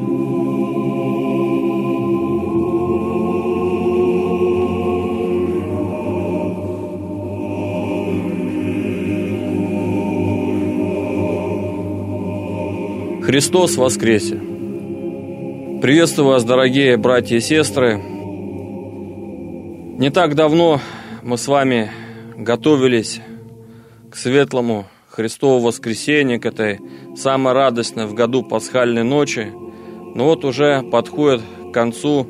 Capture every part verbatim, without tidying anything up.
Христос воскресе! Приветствую вас, дорогие братья и сестры! Не так давно мы с вами готовились к светлому Христову воскресенью, к этой самой радостной в году пасхальной ночи. Но вот уже подходит к концу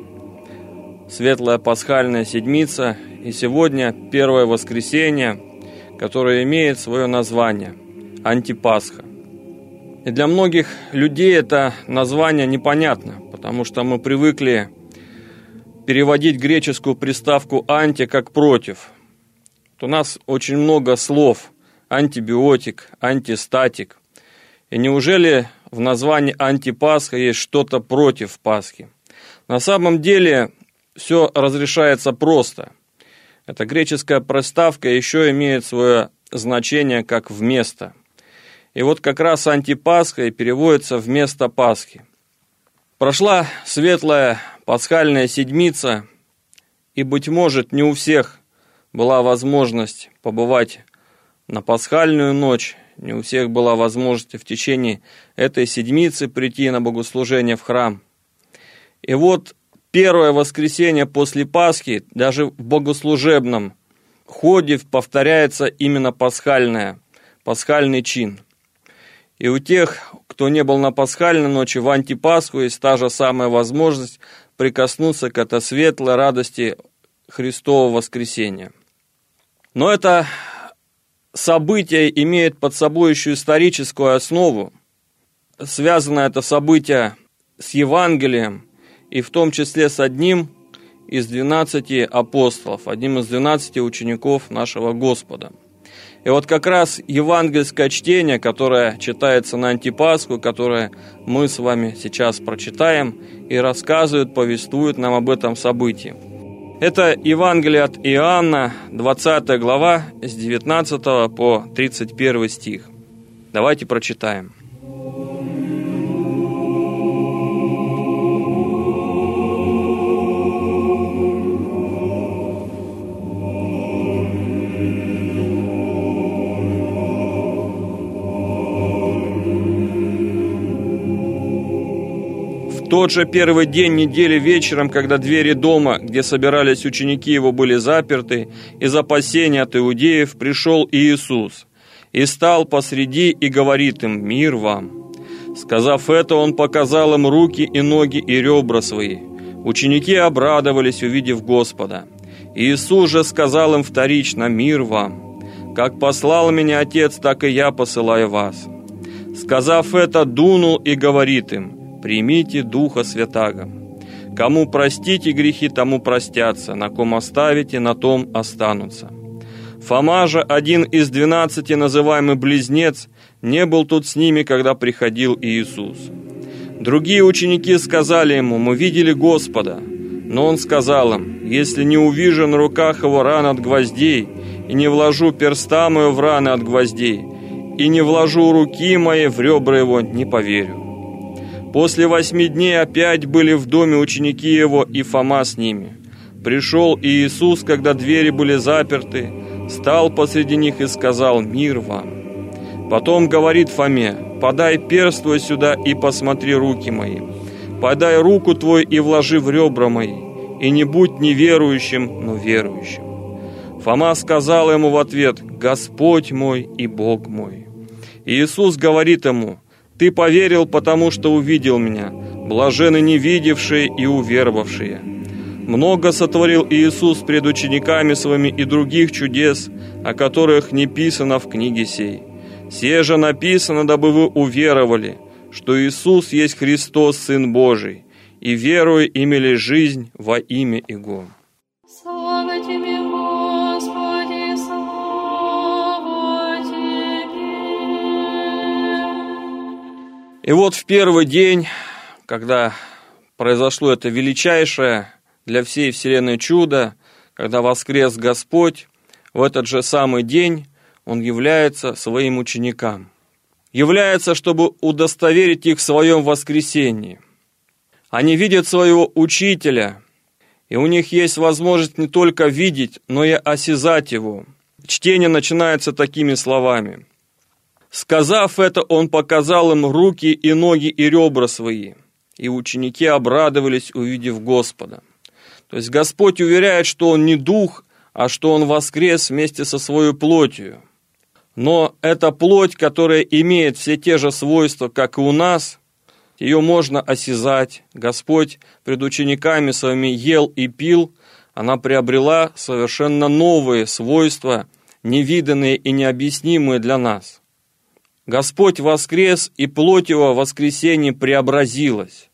светлая пасхальная седмица, и сегодня первое воскресенье, которое имеет свое название – Антипасха. И для многих людей это название непонятно, потому что мы привыкли переводить греческую приставку «анти» как «против». Вот у нас очень много слов: антибиотик, антистатик. И неужели в названии «Антипасха» есть что-то против Пасхи? На самом деле все разрешается просто. Эта греческая приставка еще имеет свое значение как «вместо». И вот как раз антипасха и переводится вместо Пасхи. Прошла светлая пасхальная седмица, и, быть может, не у всех была возможность побывать на пасхальную ночь, не у всех была возможность в течение этой седмицы прийти на богослужение в храм. И вот первое воскресенье после Пасхи, даже в богослужебном ходе повторяется именно пасхальное, пасхальный чин. И у тех, кто не был на пасхальной ночи, в антипасху есть та же самая возможность прикоснуться к этой светлой радости Христового воскресения. Но это событие имеет под собой еще историческую основу. Связано это событие с Евангелием, и в том числе с одним из двенадцати апостолов, одним из двенадцати учеников нашего Господа. И вот как раз евангельское чтение, которое читается на антипасху, которое мы с вами сейчас прочитаем, и рассказывает, повествует нам об этом событии. Это Евангелие от Иоанна, двадцатая глава, с девятнадцатого по тридцать первый стих. Давайте прочитаем. В тот же первый день недели вечером, когда двери дома, где собирались ученики его, были заперты, из опасения от иудеев пришел Иисус и стал посреди и говорит им: «Мир вам». Сказав это, он показал им руки и ноги и ребра свои. Ученики обрадовались, увидев Господа. Иисус же сказал им вторично: «Мир вам. Как послал меня Отец, так и я посылаю вас». Сказав это, дунул и говорит им: «Примите Духа Святаго. Кому простите грехи, тому простятся, на ком оставите, на том останутся». Фома же, один из двенадцати, называемый Близнец, не был тут с ними, когда приходил Иисус. Другие ученики сказали ему: «Мы видели Господа». Но он сказал им: «Если не увижу на руках его ран от гвоздей, и не вложу перста мою в раны от гвоздей, и не вложу руки мои в ребра его, не поверю». После восьми дней опять были в доме ученики его, и Фома с ними. Пришел Иисус, когда двери были заперты, стал посреди них и сказал: «Мир вам». Потом говорит Фоме: «Подай перст твой сюда и посмотри руки мои. Подай руку твою и вложи в ребра мои. И не будь неверующим, но верующим». Фома сказал ему в ответ: «Господь мой и Бог мой». Иисус говорит ему: «Ты поверил, потому что увидел меня. Блаженны невидевшие и уверовавшие». Много сотворил Иисус пред учениками своими и других чудес, о которых не писано в книге сей. Сие же написано, дабы вы уверовали, что Иисус есть Христос, Сын Божий, и веруя имели жизнь во имя Его. Слава Тебе, Господи, слава Тебе. И вот в первый день, когда произошло это величайшее для всей вселенной чудо, когда воскрес Господь, в этот же самый день Он является своим ученикам. Является, чтобы удостоверить их в своем воскресении. Они видят своего учителя, и у них есть возможность не только видеть, но и осязать его. Чтение начинается такими словами. «Сказав это, он показал им руки и ноги и ребра свои, и ученики обрадовались, увидев Господа». То есть Господь уверяет, что Он не дух, а что Он воскрес вместе со своей плотью. Но эта плоть, которая имеет все те же свойства, как и у нас, ее можно осязать. Господь пред учениками своими ел и пил, она приобрела совершенно новые свойства, невиданные и необъяснимые для нас. Господь воскрес, и плоть Его в воскресении преобразилась.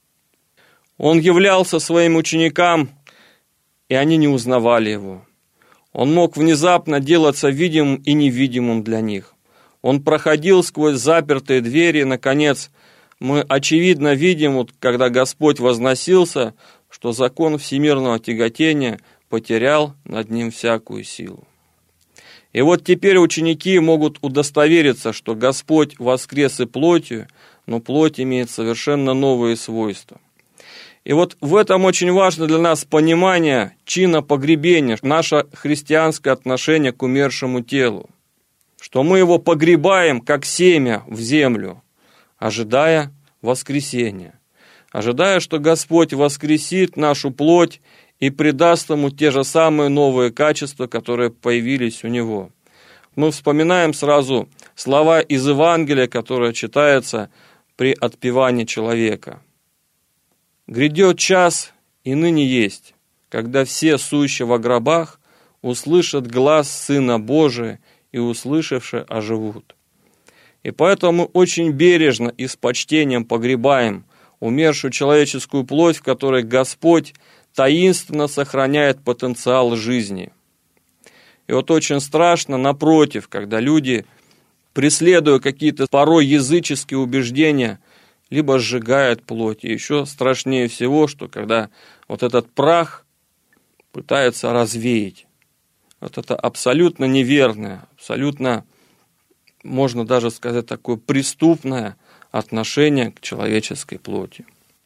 Он являлся своим ученикам, и они не узнавали Его. Он мог внезапно делаться видимым и невидимым для них. Он проходил сквозь запертые двери, и, наконец, мы очевидно видим, вот, когда Господь возносился, что закон всемирного тяготения потерял над ним всякую силу. И вот теперь ученики могут удостовериться, что Господь воскрес и плотью, но плоть имеет совершенно новые свойства. И вот в этом очень важно для нас понимание чина погребения, наше христианское отношение к умершему телу, что мы его погребаем, как семя в землю, ожидая воскресения, ожидая, что Господь воскресит нашу плоть и придаст ему те же самые новые качества, которые появились у него. Мы вспоминаем сразу слова из Евангелия, которые читаются при отпевании человека. «Грядет час, и ныне есть, когда все сущие во гробах услышат глас Сына Божия, и, услышавши, оживут». И поэтому мы очень бережно и с почтением погребаем умершую человеческую плоть, в которой Господь таинственно сохраняет потенциал жизни. И вот очень страшно, напротив, когда люди, преследуя какие-то порой языческие убеждения, либо сжигают плоть. И еще страшнее всего, что когда вот этот прах пытаются развеять. Вот это абсолютно неверное, абсолютно, можно даже сказать, такое преступное отношение к человеческой плоти.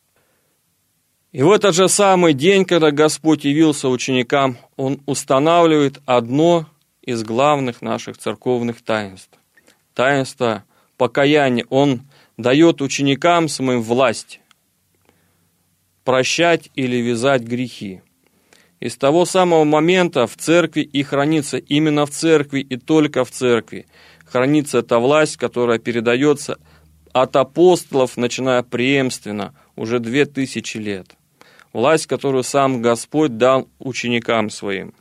И в этот же самый день, когда Господь явился ученикам, Он устанавливает одно из главных наших церковных таинств. Таинство покаяния. Он дает ученикам своим власть прощать или вязать грехи. И с того самого момента в церкви и хранится, именно в церкви и только в церкви, хранится эта власть, которая передается от апостолов, начиная преемственно, уже две тысячи лет. Власть, которую сам Господь дал ученикам своим.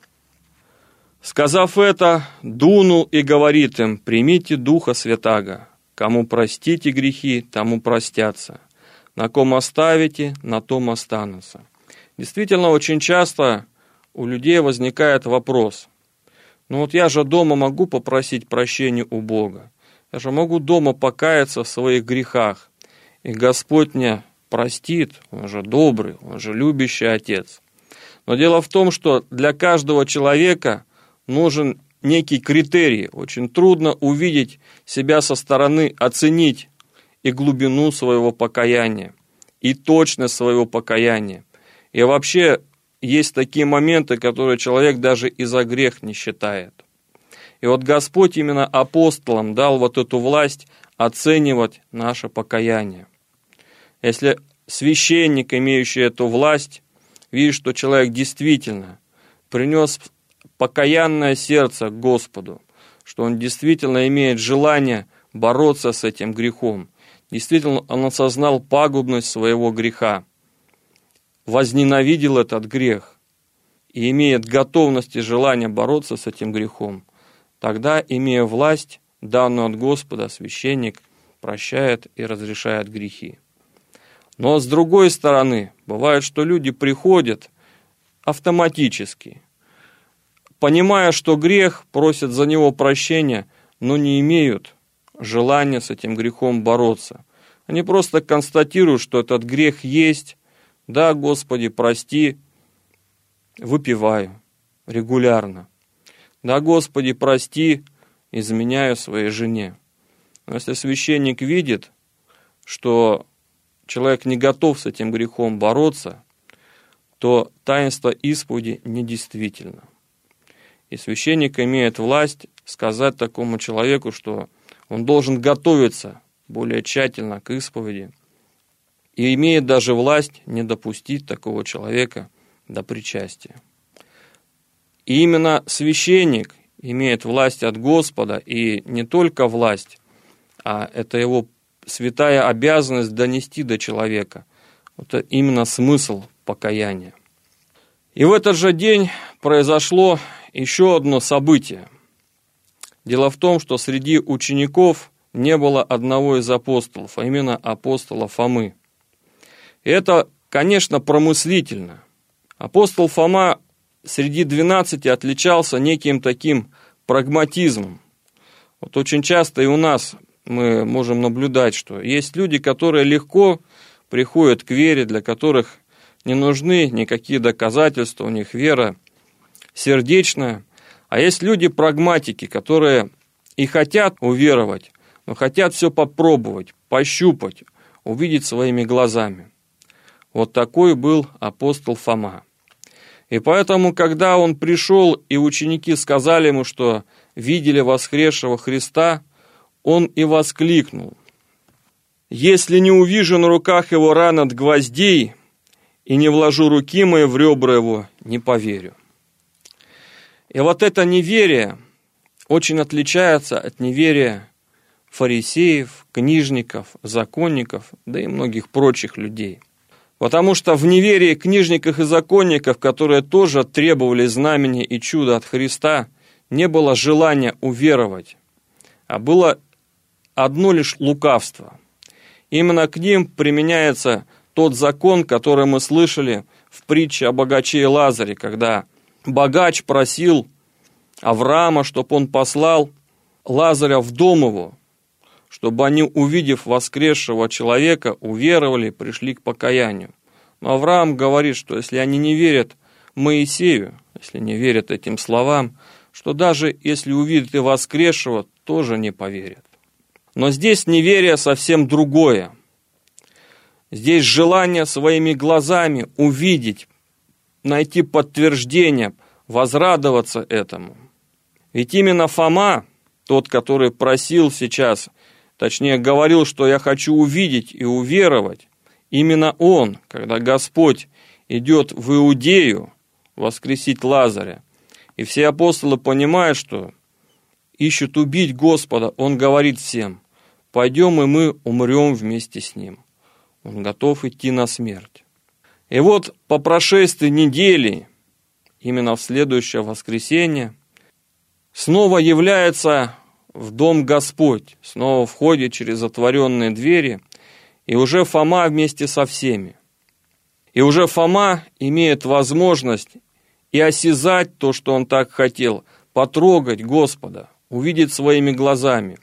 Сказав это, дунул и говорит им: «Примите Духа Святаго. Кому простите грехи, тому простятся. На ком оставите, на том останутся». Действительно, очень часто у людей возникает вопрос: ну вот я же дома могу попросить прощения у Бога. Я же могу дома покаяться в своих грехах. И Господь мне простит, Он же добрый, Он же любящий Отец. Но дело в том, что для каждого человека нужен некий критерий. Очень трудно увидеть себя со стороны, оценить и глубину своего покаяния, и точность своего покаяния. И вообще есть такие моменты, которые человек даже и за грех не считает. И вот Господь именно апостолам дал вот эту власть оценивать наше покаяние. Если священник, имеющий эту власть, видит, что человек действительно принес покаянное сердце к Господу, что он действительно имеет желание бороться с этим грехом, действительно он осознал пагубность своего греха, возненавидел этот грех и имеет готовность и желание бороться с этим грехом, тогда, имея власть, данную от Господа, священник прощает и разрешает грехи. Но с другой стороны, бывает, что люди приходят автоматически, понимая, что грех, просят за него прощения, но не имеют желания с этим грехом бороться. Они просто констатируют, что этот грех есть. Да, Господи, прости, выпиваю регулярно. Да, Господи, прости, изменяю своей жене. Но если священник видит, что человек не готов с этим грехом бороться, то таинство исповеди недействительно. И священник имеет власть сказать такому человеку, что он должен готовиться более тщательно к исповеди, и имеет даже власть не допустить такого человека до причастия. И именно священник имеет власть от Господа, и не только власть, а это его святая обязанность донести до человека. Это именно смысл покаяния. И в этот же день произошло еще одно событие. Дело в том, что среди учеников не было одного из апостолов, а именно апостола Фомы. И это, конечно, промыслительно. Апостол Фома среди двенадцати отличался неким таким прагматизмом. Вот очень часто и у нас мы можем наблюдать, что есть люди, которые легко приходят к вере, для которых не нужны никакие доказательства, у них вера сердечная. А есть люди-прагматики, которые и хотят уверовать, но хотят все попробовать, пощупать, увидеть своими глазами. Вот такой был апостол Фома. И поэтому, когда он пришел, и ученики сказали ему, что видели воскресшего Христа, он и воскликнул: «Если не увижу на руках его ран от гвоздей и не вложу руки мои в ребра его, не поверю». И вот это неверие очень отличается от неверия фарисеев, книжников, законников, да и многих прочих людей. Потому что в неверии книжников и законников, которые тоже требовали знамения и чуда от Христа, не было желания уверовать, а было одно лишь лукавство. Именно к ним применяется тот закон, который мы слышали в притче о богаче и Лазаре, когда богач просил Авраама, чтобы он послал Лазаря в дом его, чтобы они, увидев воскресшего человека, уверовали и пришли к покаянию. Но Авраам говорит, что если они не верят Моисею, если не верят этим словам, что даже если увидят и воскресшего, тоже не поверят. Но здесь неверие совсем другое. Здесь желание своими глазами увидеть, найти подтверждение, возрадоваться этому. Ведь именно Фома, тот, который просил сейчас, точнее говорил, что я хочу увидеть и уверовать, именно он, когда Господь идет в Иудею воскресить Лазаря, и все апостолы понимают, что ищут убить Господа, он говорит всем: пойдем, и мы умрем вместе с ним. Он готов идти на смерть. И вот по прошествии недели, именно в следующее воскресенье, снова является в дом Господь, снова входит через отворенные двери, и уже Фома вместе со всеми. И уже Фома имеет возможность и осязать то, что он так хотел, потрогать Господа, увидеть своими глазами.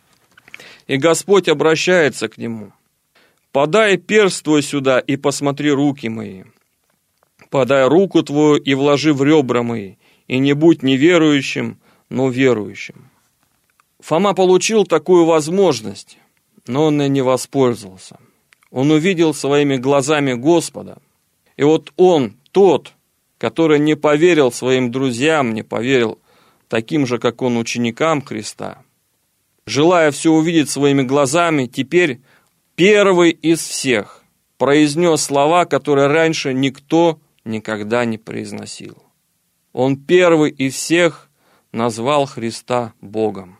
И Господь обращается к нему: «Подай перст твой сюда и посмотри руки мои. Подай руку твою и вложи в ребра мои, и не будь неверующим, но верующим». Фома получил такую возможность, но он и не воспользовался. Он увидел своими глазами Господа. И вот он, тот, который не поверил своим друзьям, не поверил таким же, как он, ученикам Христа, желая все увидеть своими глазами, теперь первый из всех произнес слова, которые раньше никто никогда не произносил. Он первый из всех назвал Христа Богом.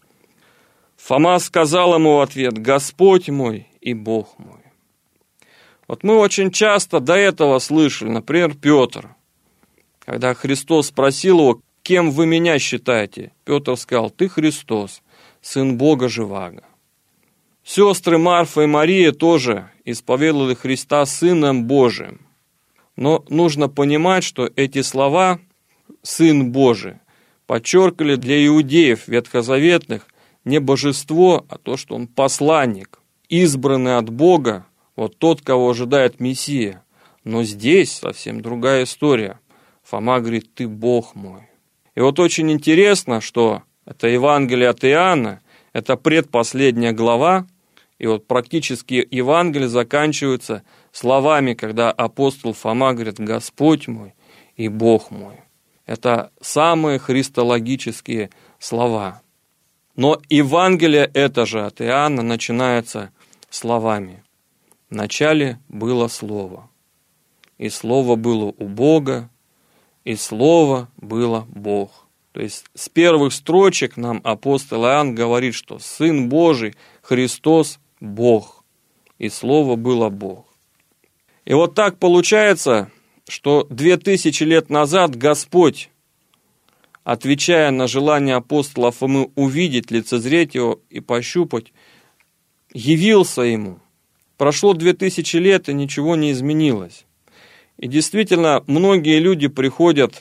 Фома сказал ему в ответ: «Господь мой и Бог мой». Вот мы очень часто до этого слышали, например, Петр, когда Христос спросил его: «Кем вы меня считаете?» Петр сказал: «Ты Христос, Сын Бога живаго». Сестры Марфа и Мария тоже исповедовали Христа Сыном Божиим. Но нужно понимать, что эти слова «Сын Божий» подчеркивали для иудеев ветхозаветных не божество, а то, что он посланник, избранный от Бога, вот тот, кого ожидает Мессия. Но здесь совсем другая история. Фома говорит: «Ты Бог мой». И вот очень интересно, что это Евангелие от Иоанна, это предпоследняя глава, И вот практически Евангелие заканчивается словами, когда апостол Фома говорит: «Господь мой и Бог мой». Это самые христологические слова. Но Евангелие это же от Иоанна начинается словами: «В начале было Слово, и Слово было у Бога, и Слово было Бог». То есть с первых строчек нам апостол Иоанн говорит, что Сын Божий, Христос, Бог, и Слово было Бог. И вот так получается, что две тысячи лет назад Господь, отвечая на желание апостола Фомы увидеть, лицезреть его и пощупать, явился ему. Прошло две тысячи лет, и ничего не изменилось. И действительно, многие люди приходят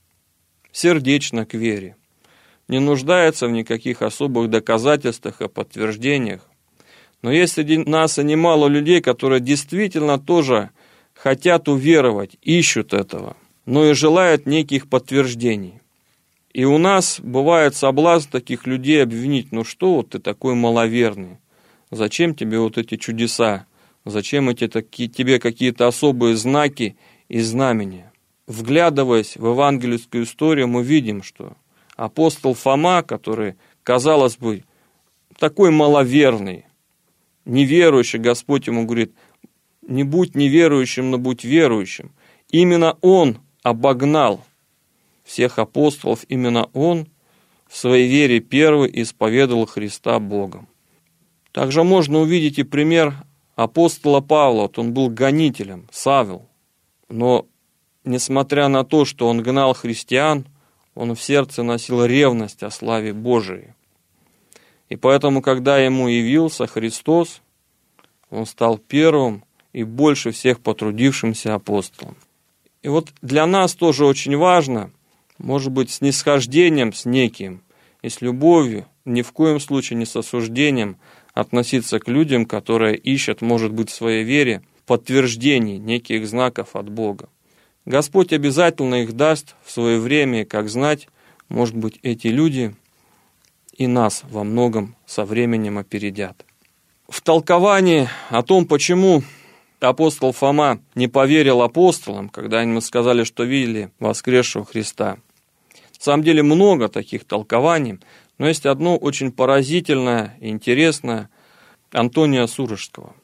сердечно к вере, не нуждаются в никаких особых доказательствах и подтверждениях. Но есть среди нас и немало людей, которые действительно тоже хотят уверовать, ищут этого, но и желают неких подтверждений. И у нас бывает соблазн таких людей обвинить: ну что вот ты такой маловерный, зачем тебе вот эти чудеса, зачем эти такие, тебе какие-то особые знаки и знамения. Вглядываясь в евангельскую историю, мы видим, что апостол Фома, который, казалось бы, такой маловерный, неверующий, Господь ему говорит: не будь неверующим, но будь верующим. Именно он обогнал всех апостолов, именно он в своей вере первый исповедовал Христа Богом. Также можно увидеть и пример апостола Павла. Вот он был гонителем, Савел, но несмотря на то, что он гнал христиан, он в сердце носил ревность о славе Божией. И поэтому, когда ему явился Христос, он стал первым и больше всех потрудившимся апостолом. И вот для нас тоже очень важно, может быть, с снисхождением с неким и с любовью, ни в коем случае не с осуждением, относиться к людям, которые ищут, может быть, в своей вере подтверждений, неких знаков от Бога. Господь обязательно их даст в свое время, и, как знать, может быть, эти люди и нас во многом со временем опередят. В толковании о том, почему апостол Фома не поверил апостолам, когда они ему сказали, что видели воскресшего Христа, на самом деле много таких толкований, но есть одно очень поразительное и интересное Антония Сурожского.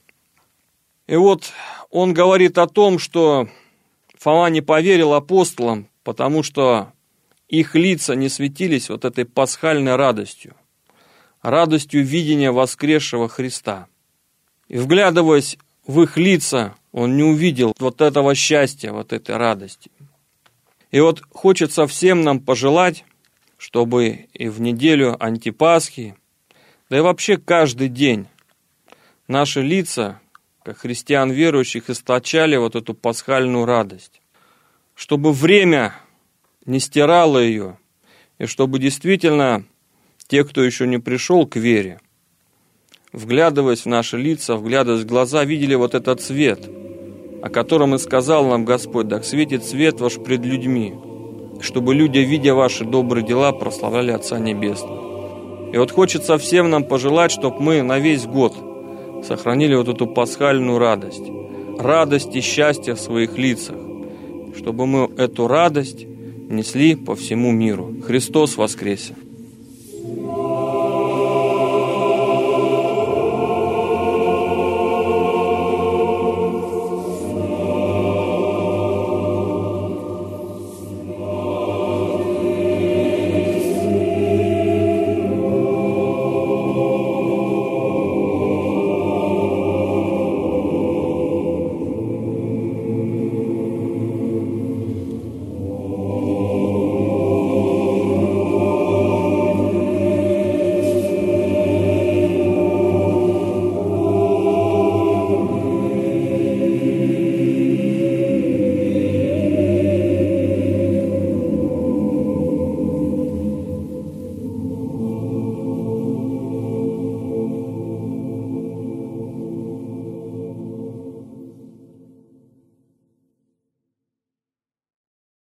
И вот он говорит о том, что Фома не поверил апостолам, потому что их лица не светились вот этой пасхальной радостью, радостью видения воскресшего Христа. И вглядываясь в их лица, он не увидел вот этого счастья, вот этой радости. И вот хочется всем нам пожелать, чтобы и в неделю антипасхи, да и вообще каждый день наши лица, как христиан верующих, источали вот эту пасхальную радость, чтобы время не стирало ее, и чтобы действительно те, кто еще не пришел к вере, вглядываясь в наши лица, вглядываясь в глаза, видели вот этот свет, о котором и сказал нам Господь: да светит свет ваш пред людьми, чтобы люди, видя ваши добрые дела, прославляли Отца Небесного. И вот хочется всем нам пожелать, чтобы мы на весь год сохранили вот эту пасхальную радость, радость и счастье в своих лицах, чтобы мы эту радость несли по всему миру. Христос воскресе!